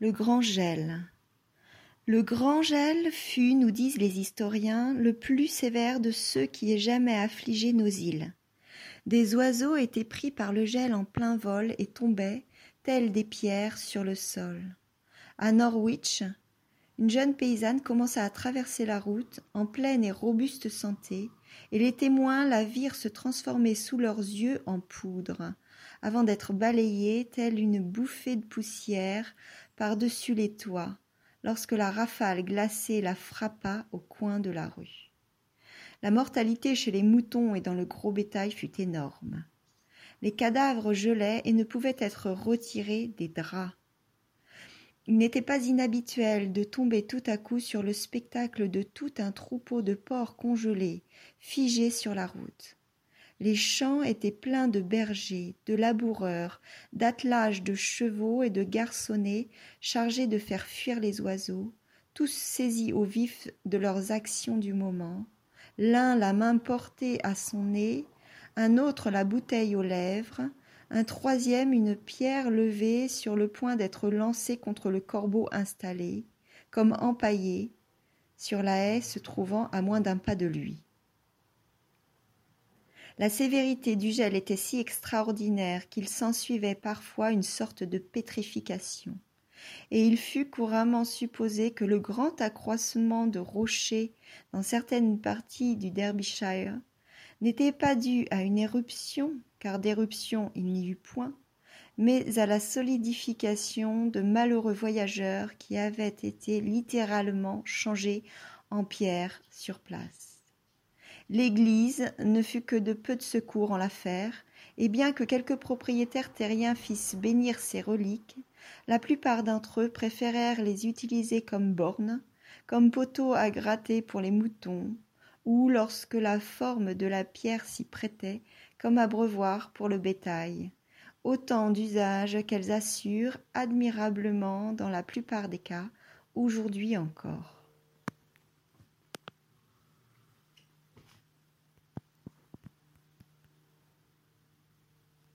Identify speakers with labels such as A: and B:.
A: Le grand gel. Le grand gel fut, nous disent les historiens, le plus sévère de ceux qui aient jamais affligé nos îles. Des oiseaux étaient pris par le gel en plein vol et tombaient, tels des pierres, sur le sol. À Norwich, une jeune paysanne commença à traverser la route, en pleine et robuste santé, et les témoins la virent se transformer sous leurs yeux en poudre, avant d'être balayée, telle une bouffée de poussière, par-dessus les toits, lorsque la rafale glacée la frappa au coin de la rue. La mortalité chez les moutons et dans le gros bétail fut énorme. Les cadavres gelaient et ne pouvaient être retirés des draps. Il n'était pas inhabituel de tomber tout à coup sur le spectacle de tout un troupeau de porcs congelés, figés sur la route. Les champs étaient pleins de bergers, de laboureurs, d'attelages de chevaux et de garçonnets chargés de faire fuir les oiseaux, tous saisis au vif de leurs actions du moment, l'un la main portée à son nez, un autre la bouteille aux lèvres, un troisième une pierre levée sur le point d'être lancée contre le corbeau installé, comme empaillé, sur la haie se trouvant à moins d'un pas de lui. La sévérité du gel était si extraordinaire qu'il s'ensuivait parfois une sorte de pétrification, et il fut couramment supposé que le grand accroissement de rochers dans certaines parties du Derbyshire n'était pas dû à une éruption, car d'éruption il n'y eut point, mais à la solidification de malheureux voyageurs qui avaient été littéralement changés en pierre sur place. L'Église ne fut que de peu de secours en l'affaire, et bien que quelques propriétaires terriens fissent bénir ces reliques, la plupart d'entre eux préférèrent les utiliser comme bornes, comme poteaux à gratter pour les moutons, ou, lorsque la forme de la pierre s'y prêtait, comme abreuvoir pour le bétail, autant d'usages qu'elles assurent admirablement dans la plupart des cas, aujourd'hui encore.